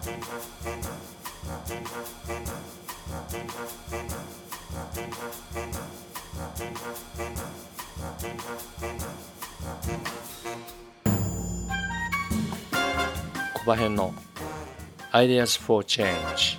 小葉編の Ideas for Change。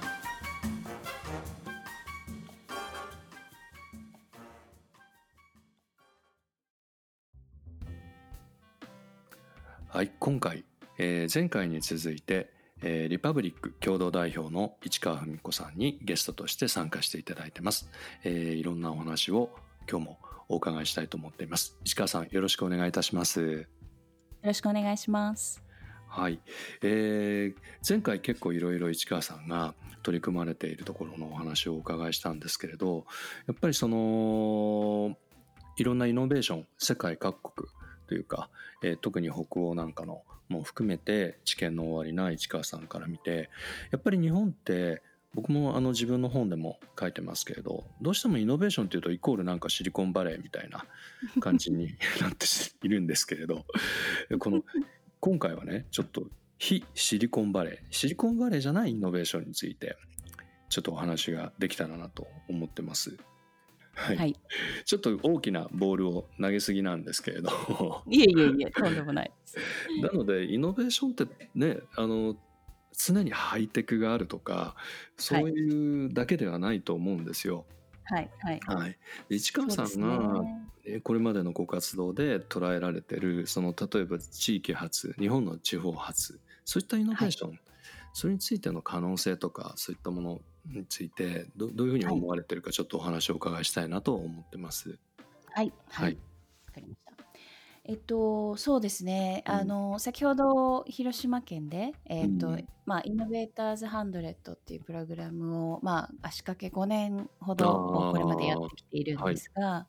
はい、今回、前回に続いて、リパブリック共同代表の市川文子さんにゲストとして参加していただいてます。いろんなお話を今日もお伺いしたいと思っています。市川さん、よろしくお願いいたします。 よろしくお願いします。 はい、前回結構いろいろ市川さんが取り組まれているところのお話をお伺いしたんですけれど、やっぱりそのいろんなイノベーション、世界各国というか、特に北欧なんかのも含めて知見の終わりな市川さんから見て、やっぱり日本って僕も自分の本でも書いてますけれど、どうしてもイノベーションっていうとイコールなんかシリコンバレーみたいな感じになっているんですけれど今回はね、ちょっと非シリコンバレーじゃないイノベーションについてちょっとお話ができたらなと思ってます。はい、ちょっと大きなボールを投げすぎなんですけれどいえとんでもないですなのでイノベーションってね、常にハイテクがあるとかそういうだけではないと思うんですよ。 はい。 市川さんがこれまでのご活動で捉えられてるその例えば地域発、日本の地方発、そういったイノベーション、それについての可能性とかそういったものについてどういうふうに思われてるか、ちょっとお話をお伺いしたいなと思ってます。 はい、わかりました。そうですね、先ほど広島県で、イノベーターズ100っていうプログラムを、足掛け5年ほどこれまでやってきているんですが、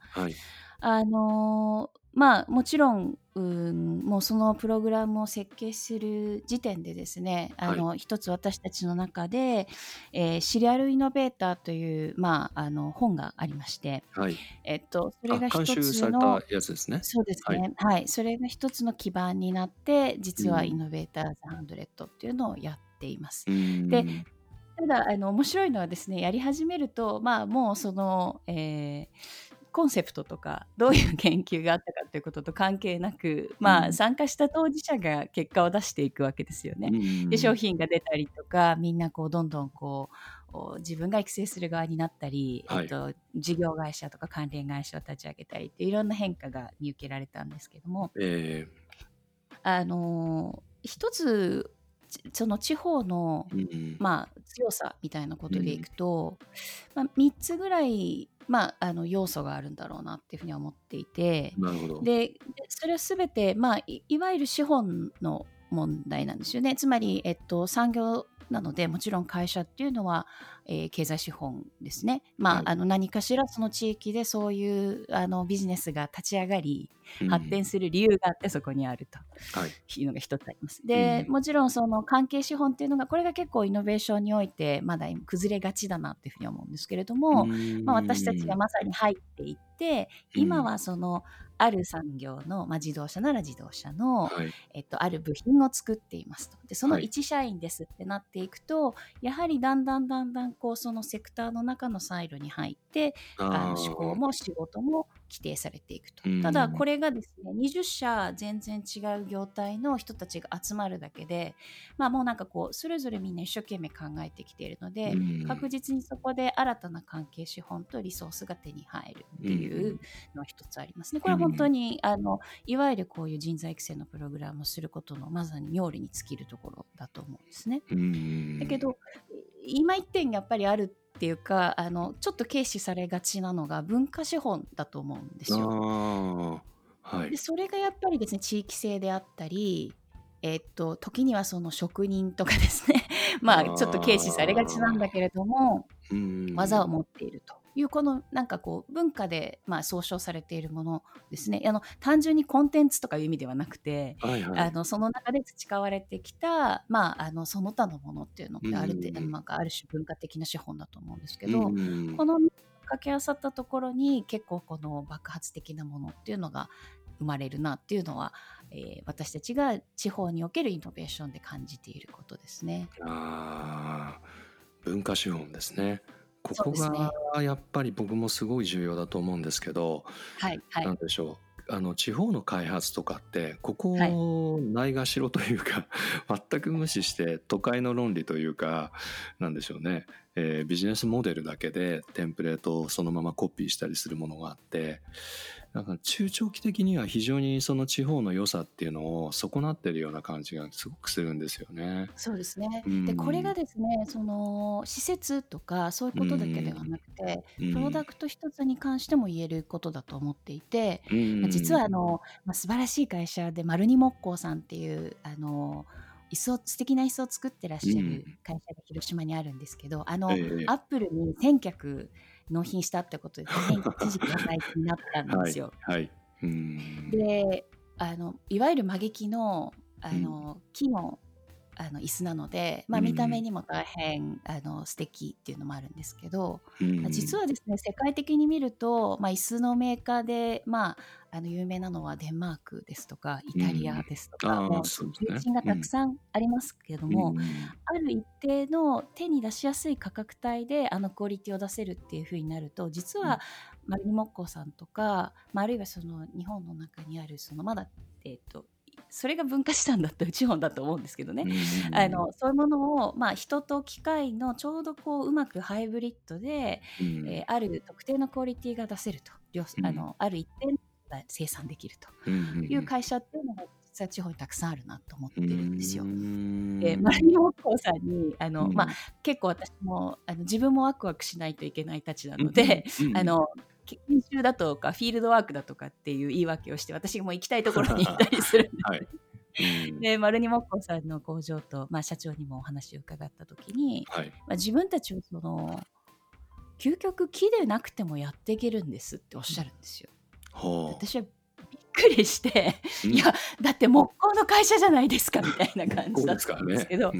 もちろん、もうそのプログラムを設計する時点でですね、一つ私たちの中で、シリアルイノベーターという、本がありまして、それが一つ監修されたやつですね。 そうですね、それが一つの基盤になって実はイノベーターズ100っていうのをやっています。でただ面白いのはですね、やり始めると、もうその、コンセプトとかどういう研究があったかということと関係なく、参加した当事者が結果を出していくわけですよね。で商品が出たりとか、みんなどんどん自分が育成する側になったり、事業会社とか関連会社を立ち上げたりっていろんな変化が見受けられたんですけども、一つその地方の、強さみたいなことでいくと、3つぐらい、要素があるんだろうなっていうふうには思っていて、でそれは全て、いわゆる資本の問題なんですよね。つまり、産業なのでもちろん会社っていうのは、経済資本ですね。何かしらその地域でそういうビジネスが立ち上がり発展する理由があってそこにあるというのが一つあります。でもちろんその関係資本っていうのがこれが結構イノベーションにおいてまだ崩れがちだなっていうふうに思うんですけれども、私たちがまさに入っていって今はそのある産業の、自動車なら自動車の、ある部品を作っていますと。でその一社員ですってなっていくと、やはりだんだんそのセクターの中のサイロに入って思考も仕事も規定されていくと。ただこれがですね、20社全然違う業態の人たちが集まるだけで、もうそれぞれみんな一生懸命考えてきているので、確実にそこで新たな関係資本とリソースが手に入るっていうのは一つありますね。これは本当にいわゆるこういう人材育成のプログラムをすることのまさに妙理に尽きるところだと思うんですね。だけど今一点やっぱりあるっていうか、ちょっと軽視されがちなのが文化資本だと思うんですよ。でそれがやっぱりですね、地域性であったり、時にはその職人とかですねちょっと軽視されがちなんだけれども技を持っているというこの文化で総称されているものですね。単純にコンテンツとかいう意味ではなくて、その中で培われてきた、その他のものっていうのってある種文化的な資本だと思うんですけど、この掛け合わさったところに結構この爆発的なものっていうのが生まれるなっていうのは、私たちが地方におけるイノベーションで感じていることですね。 文化資本ですね。ここそうですね。 がやっぱり僕もすごい重要だと思うんですけど、 はいはなんいでしょう。地方の開発とかってこはい。 こをないがしろというか全く無視して都会の論理というか、なんでしょうね、ビジネスモデルだけでテンプレートをそのままコピーしたりするものがあって、なんか中長期的には非常にその地方の良さっていうのを損なってるような感じがすごくするんですよね。 そうですね。 うで、これんがですね、その施設とかそういううことだけではなんくて、プロダうんクト一つに関しても言えることだと思っていて、 う実はん素晴らしい会社で丸二木工さんっていう素敵な椅子を作ってらっしゃるうん会社が広島にあるんですけど、 ええアップルに1000脚納品したってことで大変一時期話題になったんではいすよ。 はいうんで、いわゆる曲げ木の、 うん木の、椅子なので、見た目にも大変素敵っていうのもあるんですけど、実はですね、世界的に見ると、椅子のメーカーで、有名なのはデンマークですとかイタリアですとか、もうそうですね。 求人がたくさんありますけれどうも、 んある一定の手に出しやすい価格帯でクオリティを出せるっていう風になると、実は丸二木工さんとか、あるいはその日本の中にあるそのまだ、それが文化資産だった資本だと思うんですけどね、そういうものを、人と機械のちょうどこううまくハイブリッドで、ある特定のクオリティが出せると、ある一定の生産できるという会社っていうのが実は地方にたくさんあるなと思ってるんですよ。で、丸二木工さんに結構私も自分もワクワクしないといけないたちなので、研修だとかフィールドワークだとかっていう言い訳をして私も行きたいところに行ったりするんですはいで、丸二木工さんの工場と、社長にもお話を伺った時に、 はい自分たちを究極木でなくてもやっていけるんですっておっしゃるんですよ。私はびっくりして、いやだって木工の会社じゃないですかみたいな感じだったんですけど、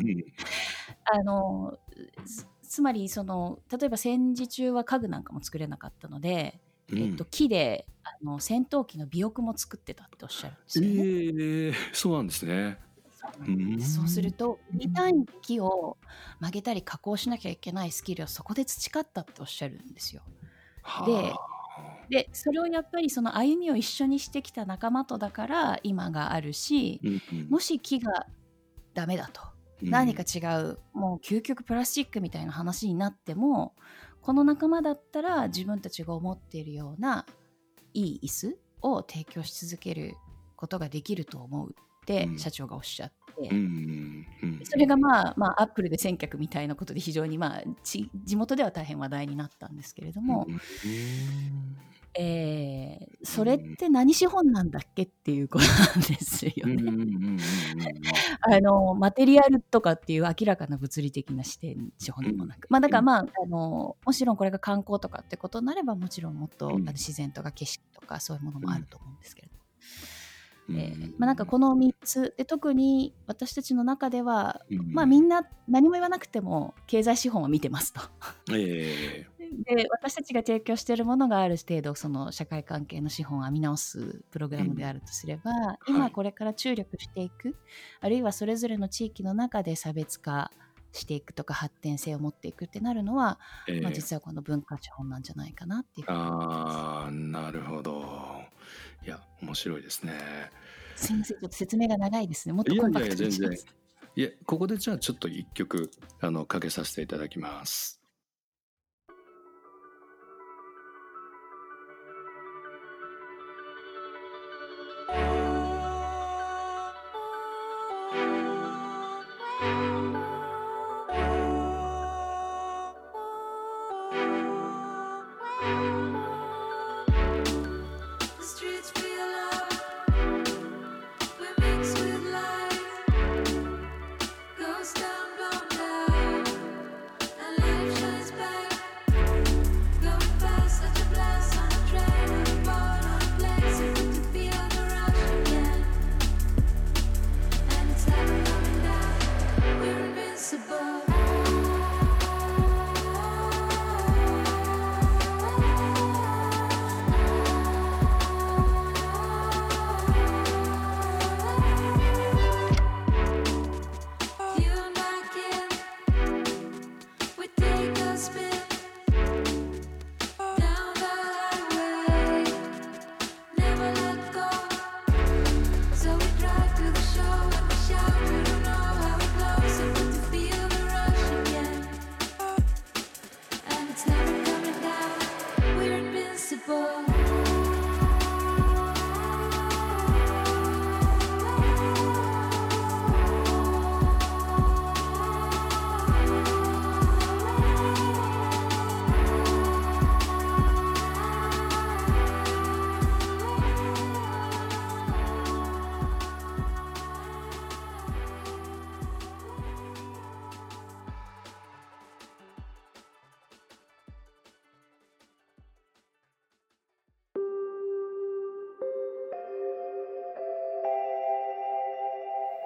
つまり例えば戦時中は家具なんかも作れなかったので、木で戦闘機の尾翼も作ってたっておっしゃるんですよね。 そうなんですね。 そうするとミリ単位で木を曲げたり加工しなきゃいけないスキルをそこで培ったっておっしゃるんですよ。でそれをやっぱりその歩みを一緒にしてきた仲間とだから今があるし、もし木がダメだと何か違う、もう究極プラスチックみたいな話になっても、この仲間だったら自分たちが思っているようないい椅子を提供し続けることができると思うって社長がおっしゃって、それがアップルで1000脚みたいなことで非常に地元では大変話題になったんですけれども、それって何資本なんだっけっていうことなんですよね。マテリアルとかっていう明らかな物理的な視点資本でもなく、だからもちろんこれが観光とかってことになればもちろんもっと自然とか景色とかそういうものもあると思うんですけれど、なんかこの3つで特に私たちの中では、みんな何も言わなくても経済資本は見てますと。で私たちが提供しているものがある程度その社会関係の資本を編み直すプログラムであるとすれば、今これから注力していく、あるいはそれぞれの地域の中で差別化していくとか発展性を持っていくってなるのは、実はこの文化資本なんじゃないかなっていうふうに思います。 なるほど。いや面白いですね。 すいません、ちょっと説明が長いですね。もっとコンパクトにします。 いやここでじゃあちょっと一曲かけさせていただきます。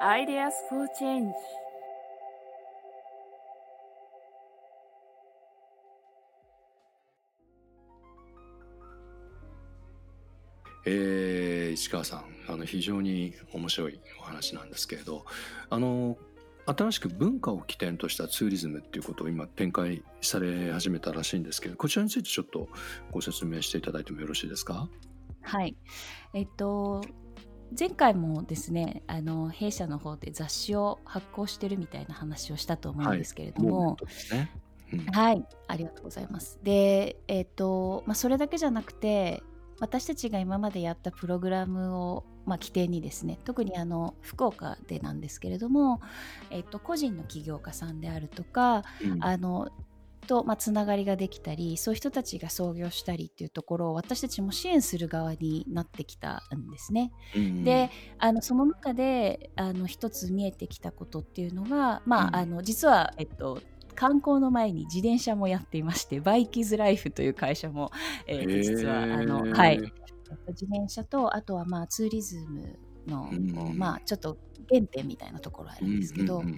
Ideas for Change。 市川さん、非常に面白いお話なんですけれど、新しく文化を起点としたツーリズムっていうことを今展開され始めたらしいんですけど、こちらについてちょっとご説明していただいてもよろしいですか？ はい。前回もですね、弊社の方で雑誌を発行してるみたいな話をしたと思うんですけれども、 モーメントですね。 はい、ありがとうございます。で、それだけじゃなくて、私たちが今までやったプログラムを、起点にですね、特に福岡でなんですけれども、個人の起業家さんであるとか、つながりができたり、そういう人たちが創業したりっていうところを私たちも支援する側になってきたんですね。で、その中で一つ見えてきたことっていうのが、実は、観光の前に自転車もやっていまして、バイキズライフという会社も、実は自転車と、あとはツーリズムの、ちょっと原点みたいなところあるんですけど、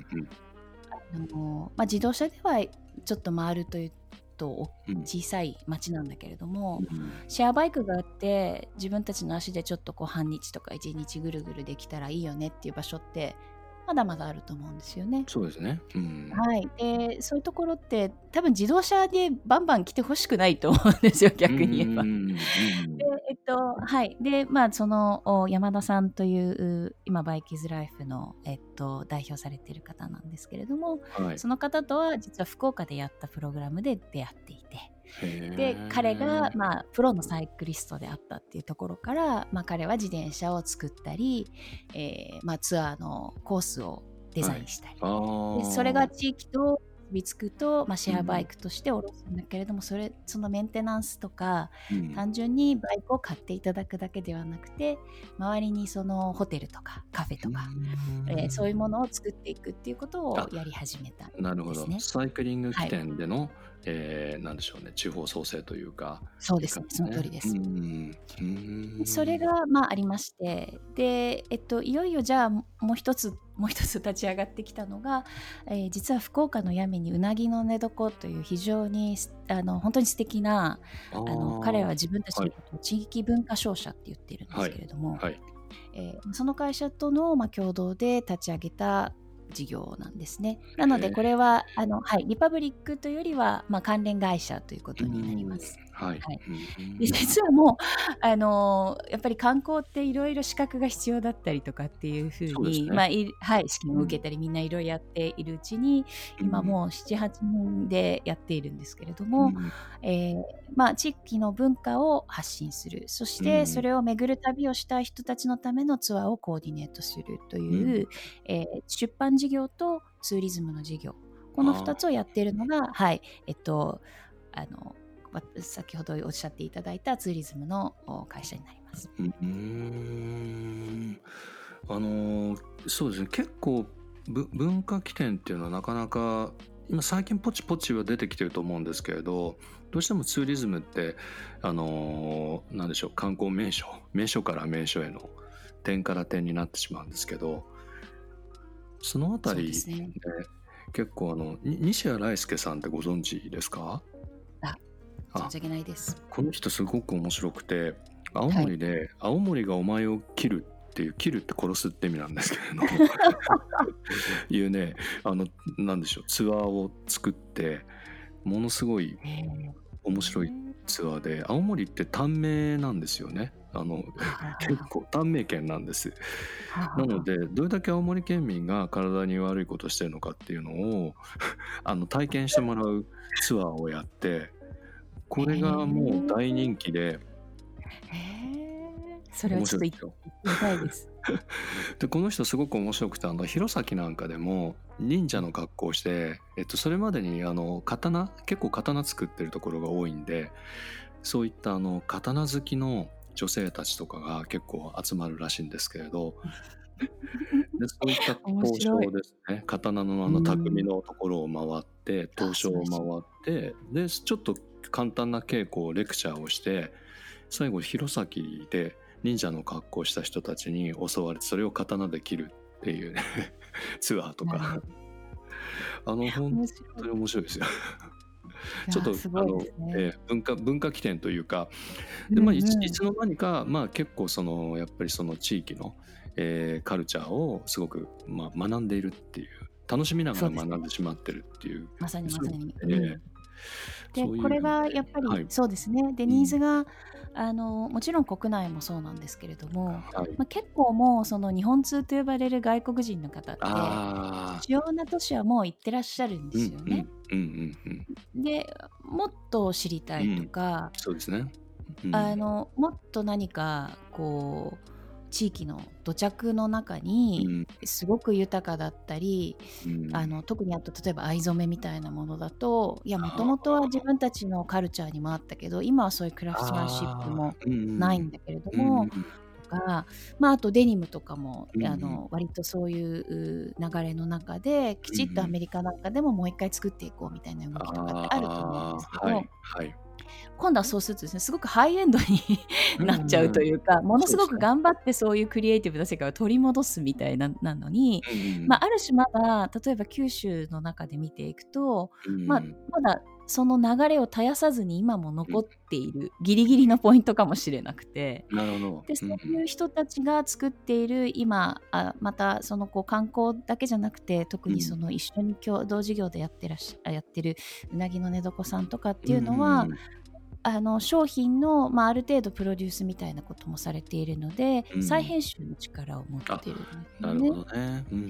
自動車ではちょっと回るというと小さい町なんだけれども、シェアバイクがあって自分たちの足でちょっと半日とか1日ぐるぐるできたらいいよねっていう場所ってまだまだあると思うんですよね。 そうですね。 はい。で、そういうところって多分自動車でバンバン来てほしくないと思うんですよ、逆に言えば。で、はい。で、その山田さんという今バイキズライフの、代表されている方なんですけれども、その方とは実は福岡でやったプログラムで出会っていて、で彼が、プロのサイクリストであったっていうところから、彼は自転車を作ったり、ツアーのコースをデザインしたり、でそれが地域と結びつくと、シェアバイクとして下ろすんだけれども、そのメンテナンスとか、単純にバイクを買っていただくだけではなくて、周りにそのホテルとかカフェとか、そういうものを作っていくっていうことをやり始めたんですね。 なるほど。サイクリング起点での、なんでしょうね、地方創生というか。 そうですね、その通りです。それがありまして、で、いよいよじゃあもう一つ立ち上がってきたのが、実は福岡の八女にうなぎの寝床という非常に本当に素敵な彼は自分たちのことを地域文化商社って言ってるんですけれども、その会社との共同で立ち上げた事業なんですね。なのでこれはリパブリックというよりは、関連会社ということになります。で実はもうやっぱり観光っていろいろ資格が必要だったりとかっていうふうに、試験を受けたりみんないろいろやっているうちに、今もう 7,8 人でやっているんですけれども、地域の文化を発信する、そしてそれを巡る旅をしたい人たちのためのツアーをコーディネートするという、出版事業とツーリズムの事業、この2つをやっているのが、先ほどおっしゃっていただいたツーリズムの会社になります。 そうですね、結構文化起点っていうのはなかなか今最近ポチポチは出てきてると思うんですけれど、どうしてもツーリズムってなんでしょう、観光名所から名所への点から点になってしまうんですけど、そのあたりで、結構西谷大輔さんってご存知ですか？ 存じ上げないです。 この人すごく面白くて、青森で、青森がお前を切るっていう、切るって殺すって意味なんですけれどもいうね、なんでしょう、ツアーを作ってものすごい面白いツアーで、青森って短命なんですよね。結構短命県なんです。なのでどれだけ青森県民が体に悪いことしてるのかっていうのを体験してもらうツアーをやって、これがもう大人気で、 それはちょっと言ってみたいです。 でこの人すごく面白くて、弘前なんかでも忍者の格好をして、それまでに結構刀作ってるところが多いんで、そういった刀好きの女性たちとかが結構集まるらしいんですけれどでそういった刀匠ですね、刀の匠のところを回って刀匠を回って、でちょっと簡単な稽古をレクチャーをして、最後弘前で忍者の格好をした人たちに襲われて、それを刀で切るっていうねツアーとか本面白当に面白いですよい。 ちょっとすごいですね。 文化起点というかで、 うんいうん。 つの間にか、結構やっぱりその地域の、カルチャーをすごく、学んでいるっていう楽しみながらそうですね。 学んでしまってるっていうまさにまそうさに。で、 そうこれいうので、 がやっぱりはい、 そうですね。で、 うん、 ニーズがもちろん国内もそうなんですけれども、 はい、 結構もうその日本通と呼ばれる外国人の方ってああ、 主要な都市はもう行ってらっしゃるんでうんうんすよね。 うんで、もっと知りたいとうんうん、 か、 そうですね。うん、 もっと何かこう地域の土着の中にうん、 すごく豊かだったり、 うん、 特にあと例えば藍染めみたいなものだと、いやもともとは自分たちのカルチャーにもあったけど、今はそういうクラフトマンシップああ、 もうんうんないんだけれどうん、うんも、とか、あとデニムとかもうん、 割とそういう流れの中できちっとアうん、 メリカなんかでももう一回作っていこうみたいな動きとかってああると思うんですけあ、はど、 いはい。 今度はそうするとですね、すごくハイエンドにうなっちゃうんうん、 というか、ものすごくそうですね。 頑張ってそういうクリエイティブな世界を取り戻すみたいなのに、 うんうんある種まだ例えば九州の中で見ていくと、 うん、 まだその流れを絶やさずに今もうん、 残っているギリギリのポイントかもしれなくて、 なるほど。 で、そうん、 ういう人たちが作っている今、またその観光だけじゃなくて、特うん、 にその一緒に共同事業でやってるうなぎの寝床さんとかっていううんのは、 うん、 商品の、ある程度プロデュースみたいなこともされているので、再うん。 編集の力を持っあ、 ているんですよなるほね。 どね。うん、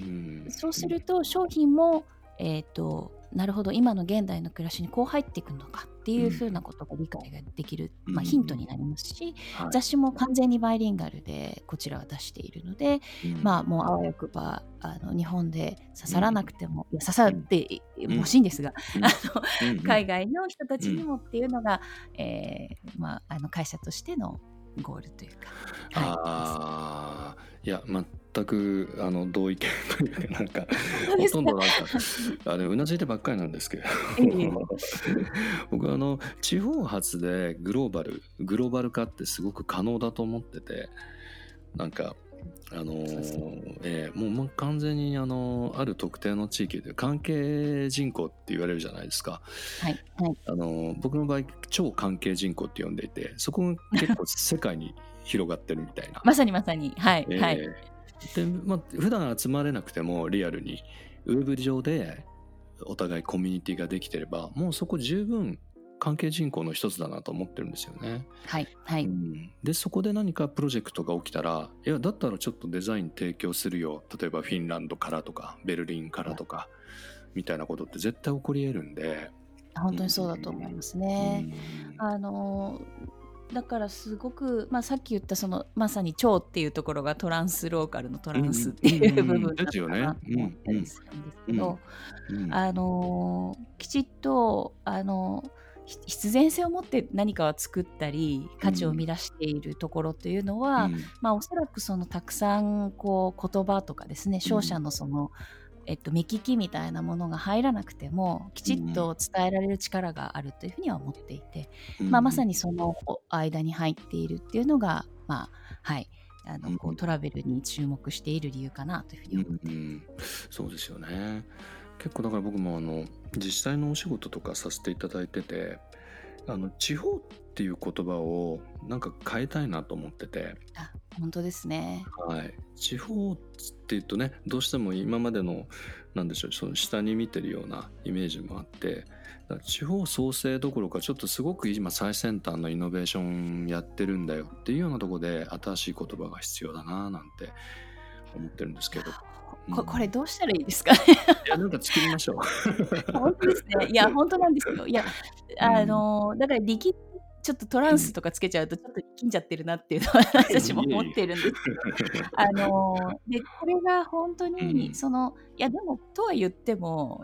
そうすると商品も、なるほど今の現代の暮らしにこう入っていくのかっていうふうなことが理解ができる、 うん、 ヒントになりますし、 はい。 雑誌も完全にバイリンガルでこちらは出しているので、 うん、 もうあわよくば日本で刺さらうん、 なくても、いや刺さうん、 ってうん、 欲しいんですが、 うん、うん海外の人たうん。 ちにもっていうのが、会社としてのゴールというか、はい、です。 ああ、いや、全く同意見というか、 本当ですか？ ほとんどうなずいてばっかりなんですけれどいえいえ。 僕は地方発でグローバル化ってすごく可能だと思ってて、なんかそうですね。 もう完全にある特定の地域で関係人口って言われるじゃないですか。 はいはい。 僕の場合超関係人口って呼んでいて、そこが結構世界に広がってるみたいな。 まさにまさに。はいはい。 えで、普段集まれなくてもリアルにウェブ上でお互いコミュニティができてれば、もうそこ十分関係人口の一つだなと思ってるんですよね。 はいはい。 でそこで何かプロジェクトが起きたら、いやだったらちょっとデザイン提供するよ、例えばフィンランドからとかベルリンからとかみたいなことって絶対起こり得るんで、 本当にそうだと思いますうんね。あのだからすごく、さっき言ったそのまさに超っていうところがトランスローカルのトランスっていう部分なですよね。 のかなと思ったりするんですけうんど、 うんきちっと必然性を持って何かを作ったり価値を生み出しているところというのは、 うんおそらくそのたくさん言葉とかですね、商社のその目利きみたいなものが入らなくてもきちっと伝えられる力があるというふうには思っていて、まさにその間に入っているっていうのが、はい、トラベルに注目している理由かなというふうに思っています。 そうですよね。結構だから僕も自治体のお仕事とかさせていただいてて、地方っていう言葉を変えたいなと思ってて、 本当ですね。 はい、地方っていうとね、どうしても今までのなんでしょう、その下に見てるようなイメージもあって、だから地方創生どころかちょっとすごく今最先端のイノベーションやってるんだよっていうようなところで新しい言葉が必要だななんて思ってるんですけど、 これどうしたらいいですかね。 いや作りましょう本当ですね。いや本当なんですよ。いやだからちょっとトランスとかつけちゃうとちょっと力んじゃってるなっていうのは私も思ってるんですけど、でこれが本当にいやでもとは言っても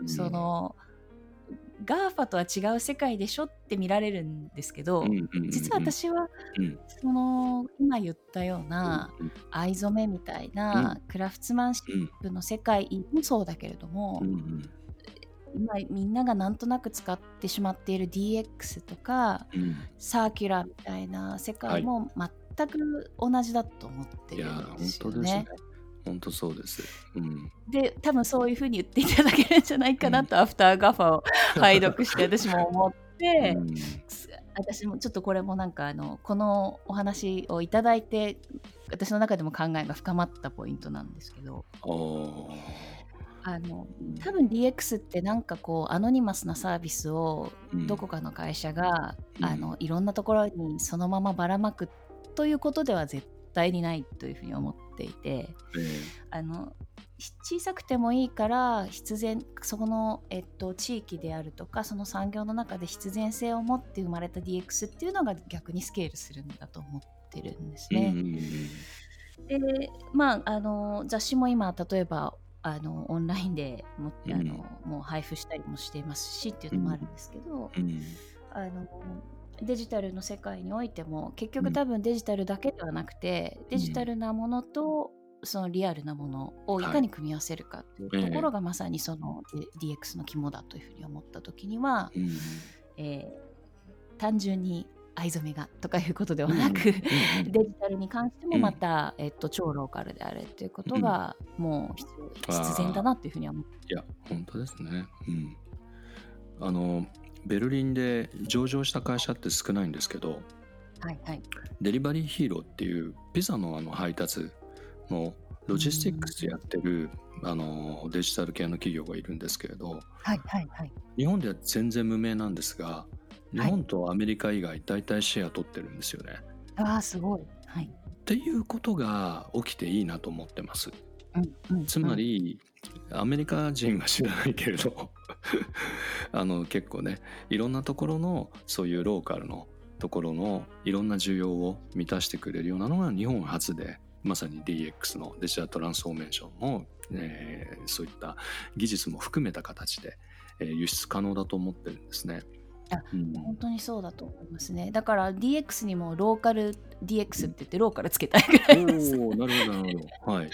GAFA とは違う世界でしょって見られるんですけど、実は私は今言ったような藍染めみたいなクラフトマンシップの世界もそうだけれども、今みんながなんとなく使ってしまっている DX とか、サーキュラーみたいな世界も全く同じだと思ってるんですよね。 本当そうです。 で多分そういうふうに言っていただけるんじゃないかなと、アフターガファを拝読して私も思って、私もちょっとこれもなんかこのお話をいただいて私の中でも考えが深まったポイントなんですけど、多分 DX ってなんかこうアノニマスなサービスをどこかの会社が、いろんなところにそのままばらまくということでは絶対にないというふうに思っていて、小さくてもいいから必然そこの、地域であるとかその産業の中で必然性を持って生まれた DX っていうのが逆にスケールするんだと思ってるんですね。で雑誌も今例えばオンラインでもう配布したりもしていますしっていうのもあるんですけど、デジタルの世界においても結局多分デジタルだけではなくて、デジタルなものとそのリアルなものをいかに組み合わせるかっていうところがまさにその DX の肝だというふうに思った時には、単純に藍染めがとかいうことではなく、デジタルに関してもまた、超ローカルであるということがもう必然だなというふうには思って。 いや本当ですね。ベルリンで上場した会社って少ないんですけど、デリバリーヒーローっていうピザの配達のロジスティックスやってるデジタル系の企業がいるんですけれど、日本では全然無名なんですが、日本とアメリカ以外大体シェア取ってるんですよね。 すごい。 っていうことが起きていいなと思ってます。つまりアメリカ人は知らないけれど結構ねいろんなところのそういうローカルのところのいろんな需要を満たしてくれるようなのが日本初で、まさに DX のデジタルトランスフォーメーションの、そういった技術も含めた形で、輸出可能だと思ってるんですね。 本当にそうだと思いますね。だから DX にもローカル DX って言ってローカルつけたいぐらいです。 なるほどなるほど。はい。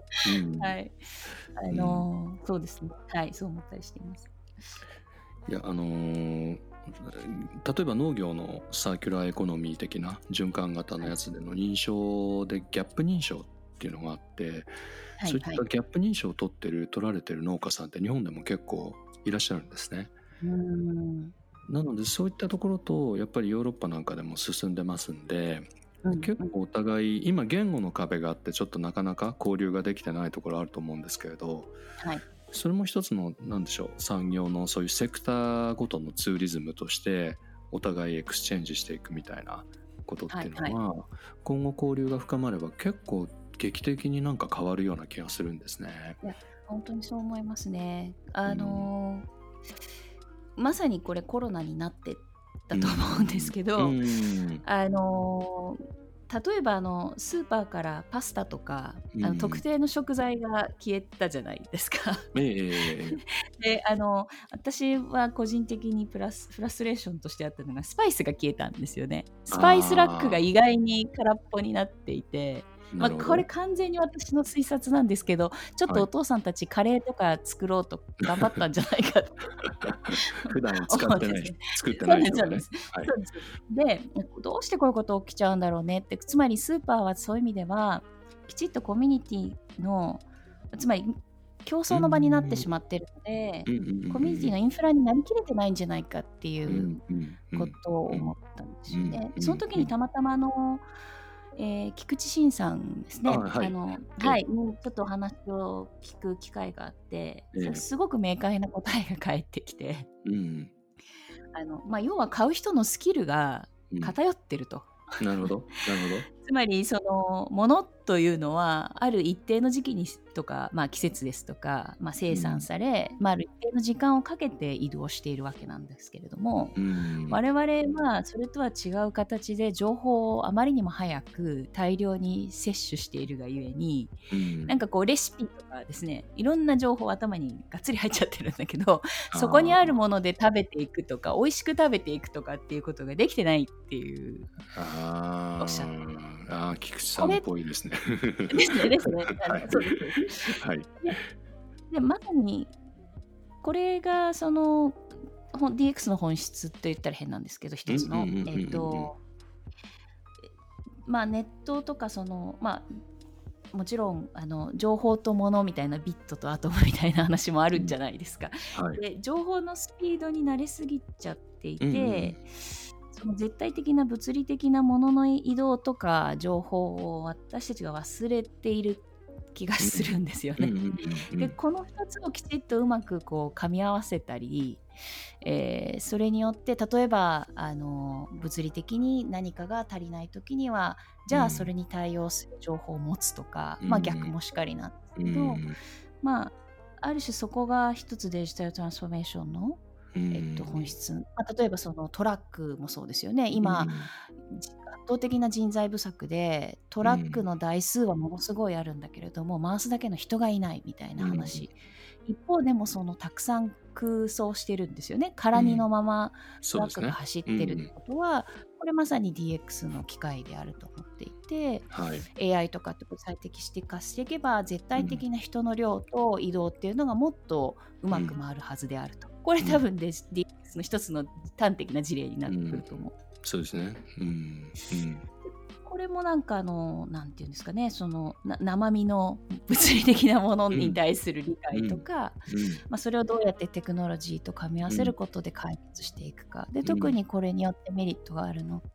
そうですね。そう思ったりしています。 いや例えば農業のサーキュラーエコノミー的な循環型のやつでの認証でギャップ認証っていうのがあって、そういったギャップ認証を取られてる農家さんって日本でも結構いらっしゃるんですね。なのでそういったところとやっぱりヨーロッパなんかでも進んでますんで、結構お互い今言語の壁があってちょっとなかなか交流ができてないところあると思うんですけれど、それも一つのなんでしょう、産業のそういうセクターごとのツーリズムとしてお互いエクスチェンジしていくみたいなことっていうのは、今後交流が深まれば結構劇的になんか変わるような気がするんですね。 いや本当にそう思いますね。まさにこれコロナになってだと思うんですけど、例えばスーパーからパスタとか特定の食材が消えたじゃないですか。で私は個人的にフラストレーションとしてあったのがスパイスが消えたんですよね。スパイスラックが意外に空っぽになっていて、これ完全に私の推察なんですけど、ちょっとお父さんたちカレーとか作ろうと頑張ったんじゃないかと普段使ってない作ってない人がね。 でどうしてこういうこと起きちゃうんだろうねって、つまりスーパーはそういう意味ではきちっとコミュニティのつまり競争の場になってしまっているので、コミュニティのインフラになりきれてないんじゃないかっていうことを思ったんですよね。その時にたまたま菊池慎さんですね、ちょっとお話を聞く機会があって、すごく明快な答えが返ってきて、要は買う人のスキルが偏ってると。 なるほどつまりそのものというのはある一定の時期にとか、季節ですとか、生産され、ある一定の時間をかけて移動しているわけなんですけれども、我々はそれとは違う形で情報をあまりにも早く大量に摂取しているがゆえに、なんかこうレシピとかですね、いろんな情報頭にがっつり入っちゃってるんだけど、そこにあるもので食べていくとか美味しく食べていくとかっていうことができてないっていうおっしゃって。 菊池さんっぽいですね。 ですね。でまさにこれがそのDX の本質って言ったら変なんですけど、一つのネットとかそのもちろん情報と物みたいなビットとアトムみたいな話もあるんじゃないですか。 はい。 で情報のスピードに慣れすぎちゃっていうんうんうて、 ん。 その絶対的な物理的なものの移動とか情報を私たちが忘れている気がするんですよね。 うんうんうんうん。 でこの2つをきちっとうまくこう噛み合わせたり、それによって例えば物理的に何かが足りない時にはじゃあそれに対応する情報を持つとか、まあ逆もしかりなんですけど、まあある種そこが一つデジタルトランスフォーメーションの本質、例えばそのトラックもそうですよね。今、圧倒的な人材不足でトラックの台数はものすごいあるんだけれども、回すだけの人がいないみたいな話、一方でもそのたくさん空想してるんですよね。空荷のままトラックが走ってるってことは、これまさに DX の機会であると思っていて、 はい、 AI とかって最適化していけば絶対的な人の量と移動っていうのがもっとうまく回るはずであると。これ多分DX の一つの端的な事例になってくると思う。 そうですね。 これもなんかなんていうんですかね、その生身の物理的なものに対する理解とか、まあ、それをどうやってテクノロジーと噛み合わせることで解決していくかで、特にこれによってメリットがあるのって、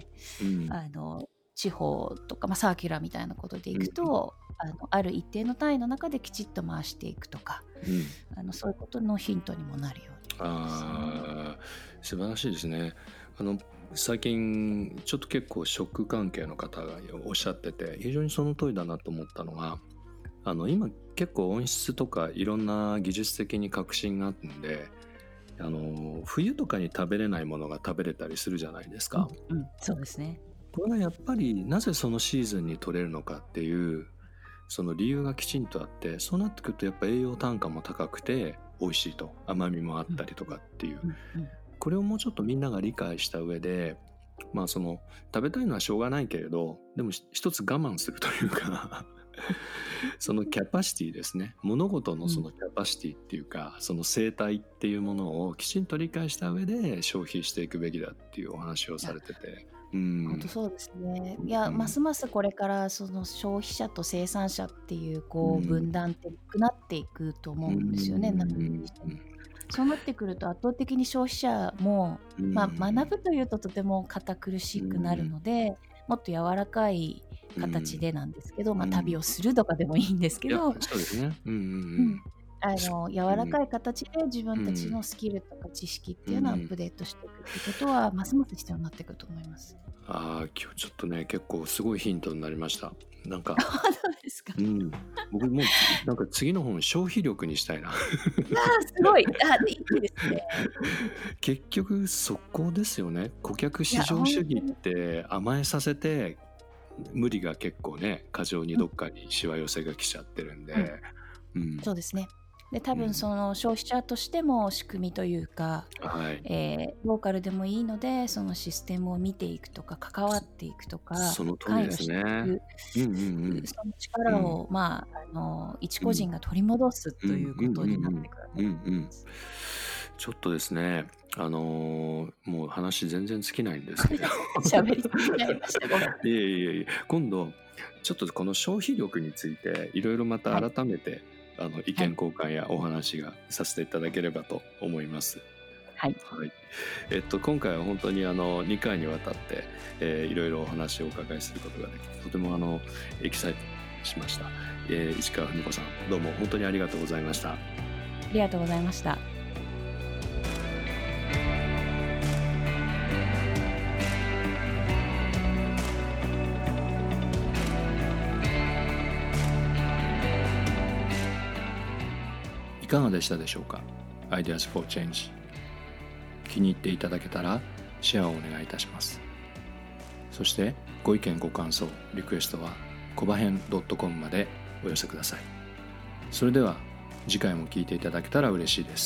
地方とか、まあ、サーキュラーみたいなことでいくと、ある一定の単位の中できちっと回していくとか、そういうことのヒントにもなるように思いますね。 素晴らしいですね。最近ちょっと結構ショック関係の方がおっしゃってて、非常にその通りだなと思ったのが、今結構温室とかいろんな技術的に革新があるんで、冬とかに食べれないものが食べれたりするじゃないですか。 そうですね。 これはやっぱりなぜそのシーズンに取れるのかっていうその理由がきちんとあって、そうなってくるとやっぱ栄養単価も高くて美味しいと、甘みもあったりとかっていう、これをもうちょっとみんなが理解した上で、まあその食べたいのはしょうがないけれど、でも一つ我慢するというかそのキャパシティですね、物事のそのキャパシティっていうか、その生態っていうものをきちんと理解した上で消費していくべきだっていうお話をされてて、 本当そうですね。いや、ますますこれからその消費者と生産者っていうこう分断ってなくなっていくと思うんですよね。そうなってくると圧倒的に消費者も、まあ、学ぶというととても堅苦しくなるので、もっと柔らかい形でなんですけど、まあ、旅をするとかでもいいんですけど、 そうですね。 柔らかい形で自分たちのスキルとか知識っていうのをアップデートしていくってことは、ますます必要になってくると思います。 今日ちょっとね結構すごいヒントになりました。なんかそうですか。 僕もなんか次の本消費力にしたいな。 すごい。いいですね。 結局そこですよね。顧客至上主義って甘えさせて無理が結構ね過剰にどっかにしわ寄せが来ちゃってるんで、 そうですね。で多分その消費者としても仕組みというか、ローカルでもいいのでそのシステムを見ていくとか関わっていくとか関与していく、その力を、まあ、一個人が取り戻すということになってくると思います。 ちょっとですね、もう話全然尽きないんですけど喋りすぎちゃいました。ごめん。 いえ今度ちょっとこの消費力についていろいろまた改めて、意見交換やお話がさせていただければと思います。今回は本当に2回にわたって、いろいろお話をお伺いすることができてとてもエキサイトしました。市川文子さん、どうも本当にありがとうございました。 ありがとうございました。 いかがでしたでしょうか。 Ideas for Change、 気に入っていただけたらシェアをお願いいたします。そしてご意見ご感想リクエストはこばへん .com までお寄せください。それでは次回も聞いていただけたら嬉しいです。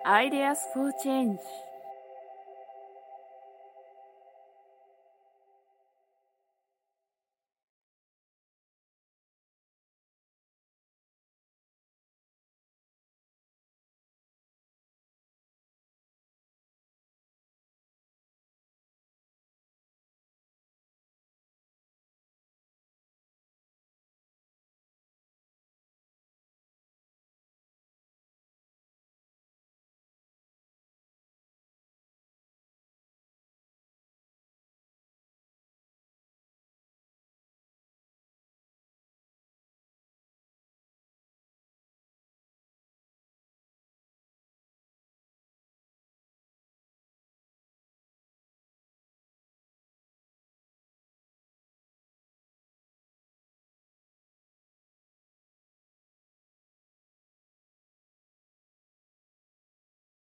Ideas for Change